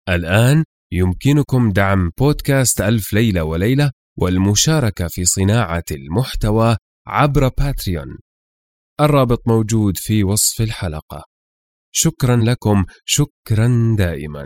الآن يمكنكم دعم بودكاست ألف ليلة وليلة والمشاركة في صناعة المحتوى عبر باتريون. الرابط موجود في وصف الحلقة. شكرا لكم، شكرا دائما.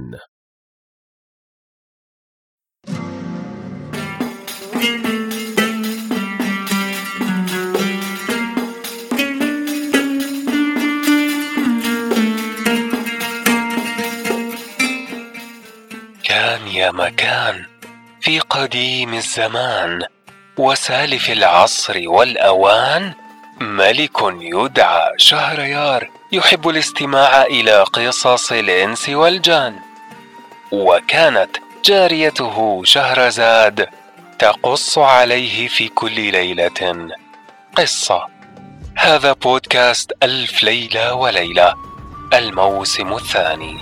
كان يا مكان في قديم الزمان وسالف العصر والأوان ملك يدعى شهريار يحب الاستماع إلى قصص الإنس والجان، وكانت جاريته شهرزاد تقص عليه في كل ليلة قصة. هذا بودكاست ألف ليلة وليلة، الموسم الثاني.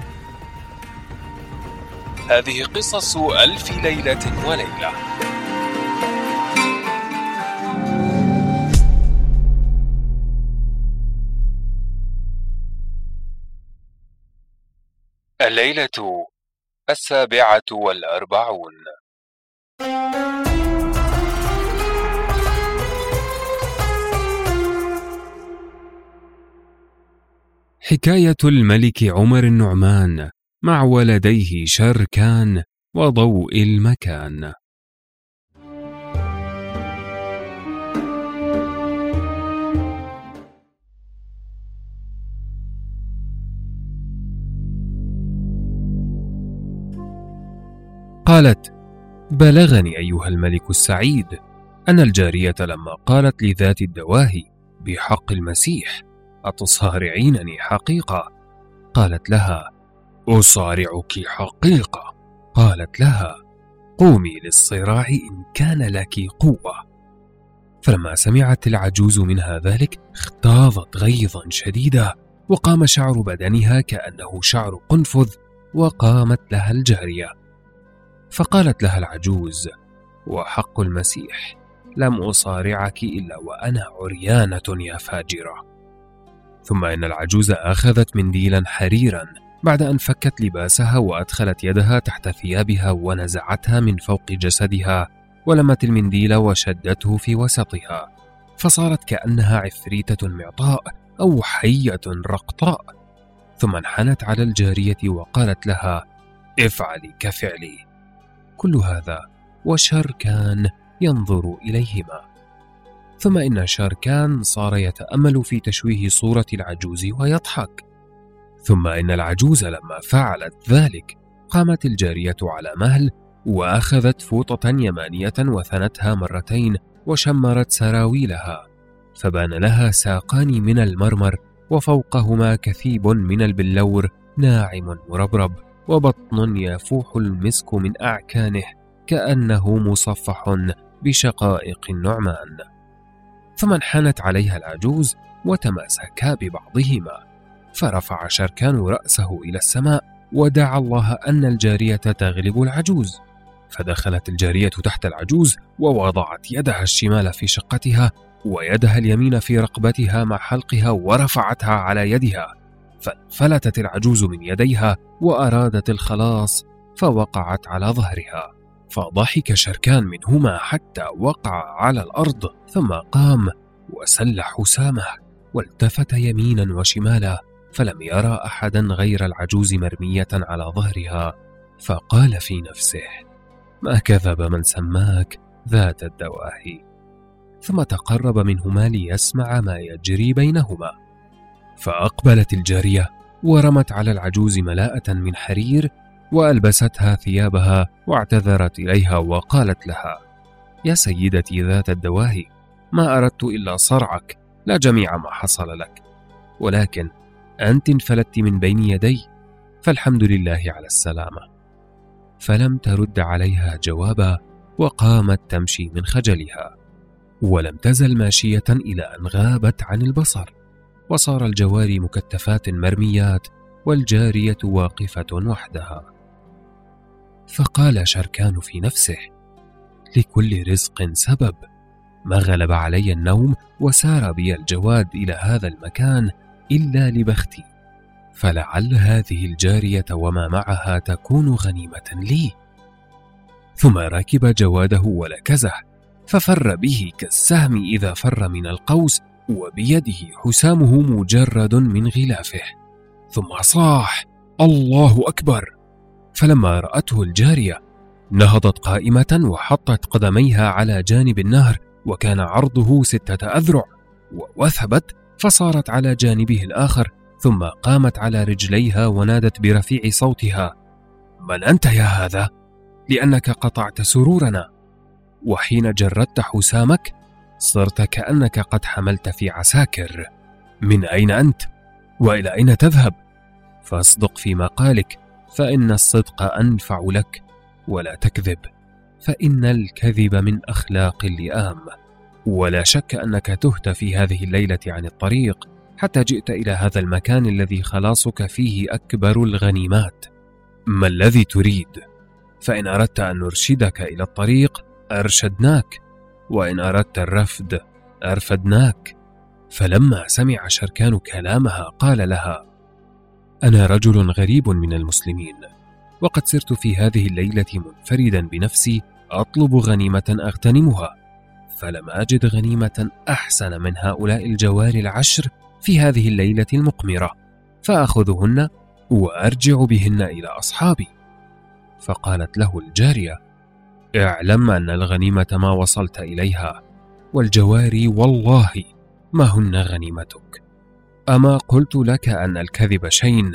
هذه قصص ألف ليلة وليلة. الليلة 47. حكاية الملك عمر النعمان مع ولديه شركان وضوء المكان. قالت: بلغني أيها الملك السعيد أن الجارية لما قالت لذات الدواهي بحق المسيح: أتصارعينني حقيقة؟ قالت لها: أصارعك حقيقة. قالت لها: قومي للصراع إن كان لك قوة. فلما سمعت العجوز منها ذلك اختاضت غيظا شديدا، وقام شعر بدنها كأنه شعر قنفذ، وقامت لها الجارية. فقالت لها العجوز: وحق المسيح لم أصارعك إلا وأنا عريانة يا فاجرة. ثم إن العجوز أخذت منديلا حريرا بعد أن فكت لباسها، وأدخلت يدها تحت ثيابها ونزعتها من فوق جسدها، ولمت المنديل وشدته في وسطها، فصارت كأنها عفريتة معطاء أو حية رقطاء. ثم انحنت على الجارية وقالت لها: افعلي كفعلي. كل هذا وشركان ينظر إليهما. ثم إن شركان صار يتأمل في تشويه صورة العجوز ويضحك. ثم إن العجوز لما فعلت ذلك قامت الجارية على مهل، وأخذت فوطة يمانية وثنتها مرتين، وشمرت سراويلها، فبان لها ساقان من المرمر، وفوقهما كثيب من البلور ناعم مربرب، وبطن يفوح المسك من أعكانه كأنه مصفح بشقائق النعمان. ثم انحنت عليها العجوز وتماسكا ببعضهما، فرفع شركان رأسه إلى السماء ودعا الله أن الجارية تغلب العجوز. فدخلت الجارية تحت العجوز، ووضعت يدها الشمال في شقتها ويدها اليمين في رقبتها مع حلقها، ورفعتها على يدها، فانفلتت العجوز من يديها وأرادت الخلاص، فوقعت على ظهرها. فضحك شركان منهما حتى وقع على الأرض، ثم قام وسل حسامه والتفت يمينا وشمالا، فلم يرى أحدا غير العجوز مرمية على ظهرها، فقال في نفسه: ما كذب من سماك ذات الدواهي. ثم تقرب منهما ليسمع ما يجري بينهما. فأقبلت الجارية ورمت على العجوز ملاءة من حرير، وألبستها ثيابها، واعتذرت إليها وقالت لها: يا سيدتي ذات الدواهي، ما أردت إلا صرعك، لا جميع ما حصل لك، ولكن أنت انفلتت من بين يدي، فالحمد لله على السلامة. فلم ترد عليها جوابا، وقامت تمشي من خجلها، ولم تزل ماشية إلى أن غابت عن البصر، وصار الجواري مكتفات مرميات، والجارية واقفة وحدها. فقال شركان في نفسه: لكل رزق سبب، ما غلب علي النوم وسار بي الجواد إلى هذا المكان إلا لبختي، فلعل هذه الجارية وما معها تكون غنيمة لي. ثم ركب جواده ولكزه، ففر به كالسهم إذا فر من القوس، وبيده حسامه مجرد من غلافه. ثم صاح: الله أكبر! فلما رأته الجارية نهضت قائمة وحطت قدميها على جانب النهر، وكان عرضه 6 أذرع، ووثبت فصارت على جانبه الآخر، ثم قامت على رجليها ونادت برفيع صوتها: من أنت يا هذا؟ لأنك قطعت سرورنا، وحين جردت حسامك صرت كأنك قد حملت في عساكر. من أين أنت؟ وإلى أين تذهب؟ فاصدق في مقالك، فإن الصدق أنفع لك، ولا تكذب، فإن الكذب من أخلاق اللئام. ولا شك أنك تهت في هذه الليلة عن الطريق حتى جئت إلى هذا المكان الذي خلاصك فيه أكبر الغنيمات. ما الذي تريد؟ فإن أردت أن نرشدك إلى الطريق أرشدناك، وإن أردت الرفد أرفدناك. فلما سمع شركان كلامها قال لها: أنا رجل غريب من المسلمين، وقد سرت في هذه الليلة منفردا بنفسي أطلب غنيمة أغتنمها، فلم أجد غنيمة أحسن من هؤلاء الجواري 10 في هذه الليلة المقمرة، فأخذهن وأرجع بهن إلى أصحابي. فقالت له الجارية: اعلم أن الغنيمة ما وصلت إليها، والجواري والله ما هن غنيمتك. أما قلت لك أن الكذب شين؟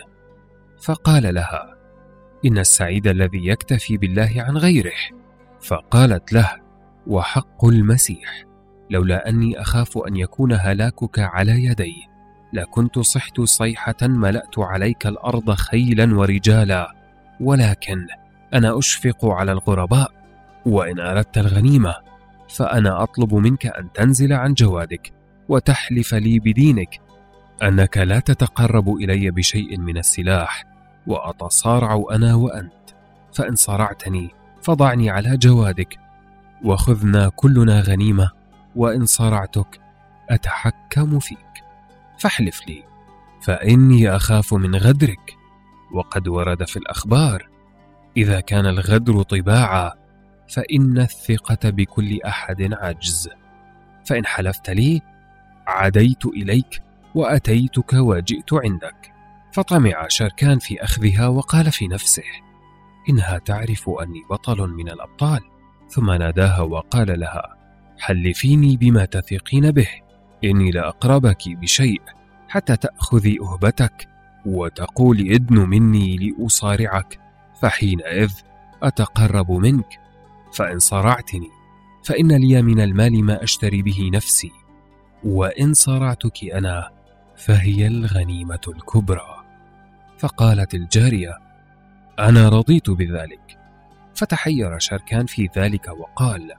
فقال لها: إن السعيد الذي يكتفي بالله عن غيره. فقالت له: وحق المسيح، لولا أني أخاف أن يكون هلاكك على يدي لكنت صحت صيحة ملأت عليك الأرض خيلا ورجالا، ولكن أنا أشفق على الغرباء، وإن أردت الغنيمة فأنا أطلب منك أن تنزل عن جوادك وتحلف لي بدينك أنك لا تتقرب إلي بشيء من السلاح، وأتصارع أنا وأنت، فإن صرعتني فضعني على جوادك وخذنا كلنا غنيمة، وإن صرعتك أتحكم فيك، فاحلف لي، فإني أخاف من غدرك، وقد ورد في الأخبار: إذا كان الغدر طباعا فإن الثقة بكل أحد عجز. فإن حلفت لي عديت إليك وأتيتك وجئت عندك. فطمع شركان في أخذها وقال في نفسه: إنها تعرف أني بطل من الأبطال. ثم ناداها وقال لها: حلفيني بما تثقين به، إني لأقربك بشيء حتى تأخذي أهبتك وتقولي ادن مني لأصارعك، فحينئذ أتقرب منك، فإن صرعتني فإن لي من المال ما أشتري به نفسي، وإن صرعتك أنا فهي الغنيمة الكبرى. فقالت الجارية: أنا رضيت بذلك. فتحير شركان في ذلك وقال: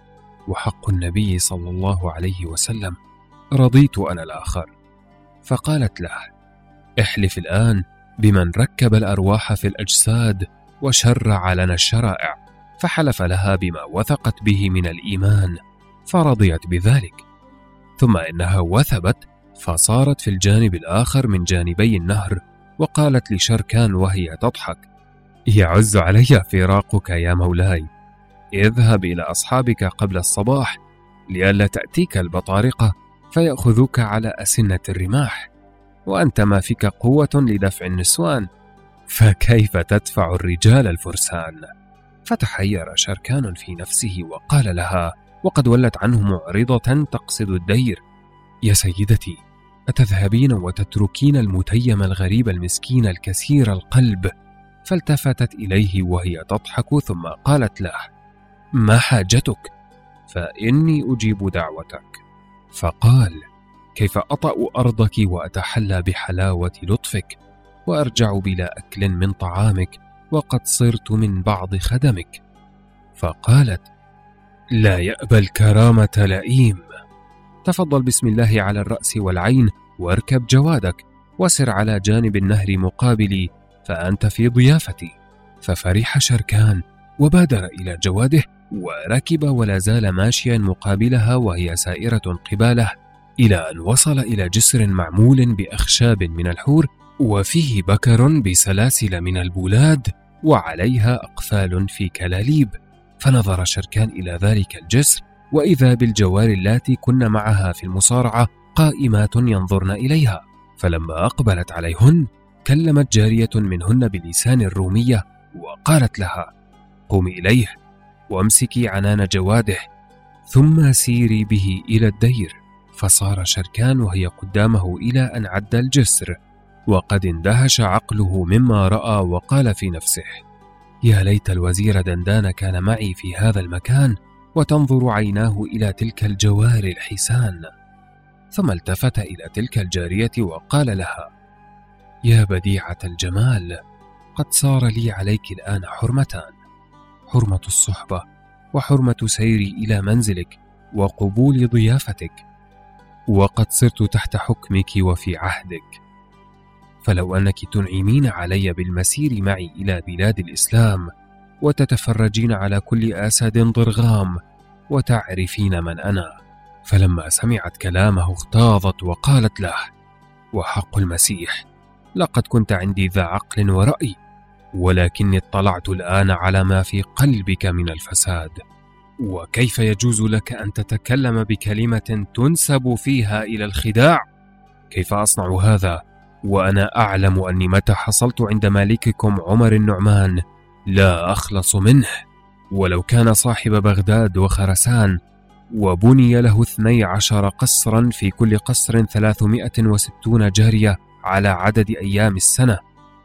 وحق النبي صلى الله عليه وسلم رضيت أنا الآخر. فقالت له: احلف الآن بمن ركب الأرواح في الأجساد وشرع لنا الشرائع. فحلف لها بما وثقت به من الإيمان، فرضيت بذلك. ثم إنها وثبت فصارت في الجانب الآخر من جانبي النهر، وقالت لشركان وهي تضحك: يعز علي فراقك يا مولاي، اذهب إلى أصحابك قبل الصباح لئلا تأتيك البطارقة فيأخذوك على أسنة الرماح، وأنت ما فيك قوة لدفع النسوان، فكيف تدفع الرجال الفرسان؟ فتحير شركان في نفسه وقال لها وقد ولت عنه معرضة تقصد الدير: يا سيدتي، أتذهبين وتتركين المتيم الغريب المسكين الكسير القلب؟ فالتفتت إليه وهي تضحك ثم قالت له: ما حاجتك؟ فإني أجيب دعوتك. فقال: كيف أطأ أرضك وأتحلى بحلاوة لطفك وأرجع بلا أكل من طعامك وقد صرت من بعض خدمك؟ فقالت: لا يأبى الكرامة لئيم، تفضل بسم الله على الرأس والعين واركب جوادك وسر على جانب النهر مقابلي فأنت في ضيافتي. ففرح شركان وبادر إلى جواده وركب ولا زال ماشيا مقابلها وهي سائرة قباله، إلى أن وصل إلى جسر معمول بأخشاب من الحور وفيه بكر بسلاسل من البولاد وعليها أقفال في كلاليب. فنظر شركان إلى ذلك الجسر، وإذا بالجوار اللاتي كن معها في المصارعة قائمات ينظرن إليها. فلما أقبلت عليهن كلمت جارية منهن بلسان الرومية وقالت لها: قومي إليه وامسكي عنان جواده ثم سيري به إلى الدير. فصار شركان وهي قدامه إلى أن عد الجسر، وقد اندهش عقله مما رأى، وقال في نفسه: يا ليت الوزير دندان كان معي في هذا المكان، وتنظر عيناه إلى تلك الجوار الحسان. ثم التفت إلى تلك الجارية وقال لها: يا بديعة الجمال، قد صار لي عليك الآن حرمتان: حرمة الصحبة، وحرمة سيري إلى منزلك وقبول ضيافتك، وقد صرت تحت حكمك وفي عهدك. فلو أنك تنعمين علي بالمسير معي إلى بلاد الإسلام، وتتفرجين على كل أسد ضرغام، وتعرفين من أنا. فلما سمعت كلامه اغتاظت وقالت له: وحق المسيح، لقد كنت عندي ذا عقل ورأي، ولكني اطلعت الآن على ما في قلبك من الفساد. وكيف يجوز لك أن تتكلم بكلمة تنسب فيها إلى الخداع؟ كيف أصنع هذا وأنا أعلم أني متى حصلت عند مالككم عمر النعمان لا أخلص منه، ولو كان صاحب بغداد وخرسان، وبني له 12 قصرا، في كل قصر 360 جارية على عدد أيام السنة،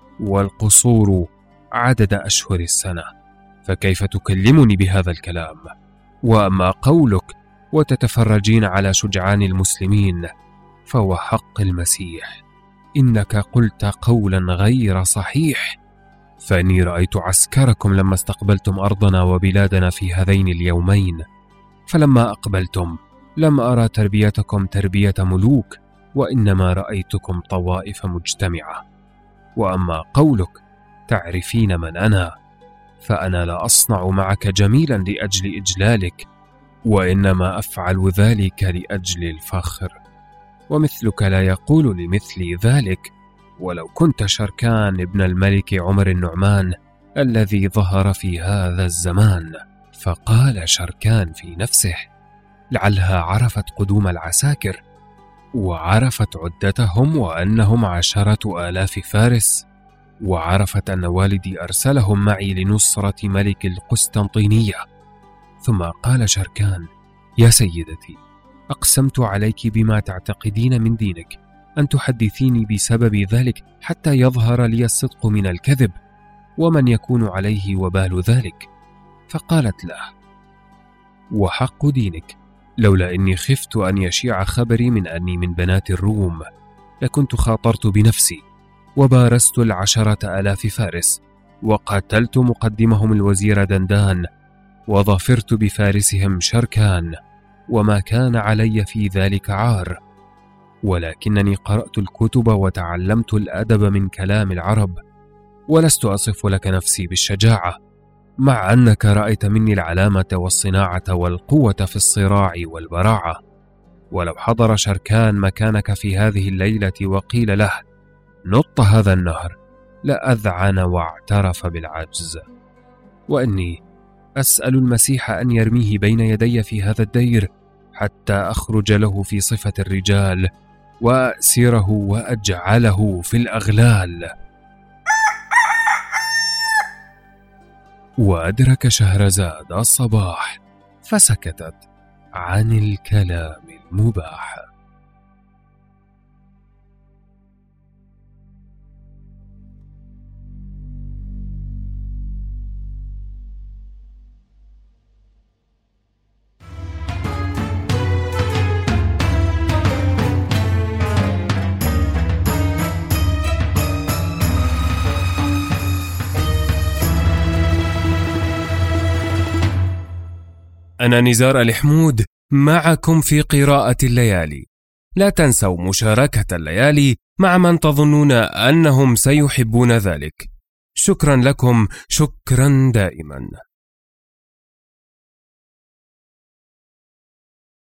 والقصور عدد أشهر السنة، فكيف تكلمني بهذا الكلام؟ وأما قولك وتتفرجين على شجعان المسلمين، فهو حق المسيح إنك قلت قولا غير صحيح، فإني رأيت عسكركم لما استقبلتم أرضنا وبلادنا في هذين اليومين، فلما أقبلتم لم أرى تربيتكم تربية ملوك، وإنما رأيتكم طوائف مجتمعة. وأما قولك تعرفين من أنا، فأنا لا أصنع معك جميلا لأجل إجلالك، وإنما أفعل ذلك لأجل الفخر، ومثلك لا يقول لمثلي ذلك، ولو كنت شركان ابن الملك عمر النعمان الذي ظهر في هذا الزمان. فقال شركان في نفسه: لعلها عرفت قدوم العساكر، وعرفت عدتهم وأنهم 10,000 فارس، وعرفت أن والدي أرسلهم معي لنصرة ملك القسطنطينية. ثم قال شركان: يا سيدتي، أقسمت عليك بما تعتقدين من دينك أن تحدثيني بسبب ذلك حتى يظهر لي الصدق من الكذب، ومن يكون عليه وبال ذلك. فقالت له: وحق دينك، لولا إني خفت أن يشيع خبري من أني من بنات الروم لكنت خاطرت بنفسي وبارزت 10,000 فارس، وقاتلت مقدمهم الوزير دندان، وظفرت بفارسهم شركان، وما كان علي في ذلك عار، ولكنني قرأت الكتب وتعلمت الأدب من كلام العرب، ولست أصف لك نفسي بالشجاعة، مع أنك رأيت مني العلامة والصناعة والقوة في الصراع والبراعة. ولو حضر شركان مكانك في هذه الليلة وقيل له: نط هذا النهر، لأذعن واعترف بالعجز. وإني أسأل المسيح أن يرميه بين يدي في هذا الدير حتى أخرج له في صفة الرجال وأسره وأجعله في الأغلال. وأدرك شهرزاد الصباح فسكتت عن الكلام المباح. أنا نزار الحمود معكم في قراءة الليالي. لا تنسوا مشاركة الليالي مع من تظنون أنهم سيحبون ذلك. شكرا لكم، شكرا دائما.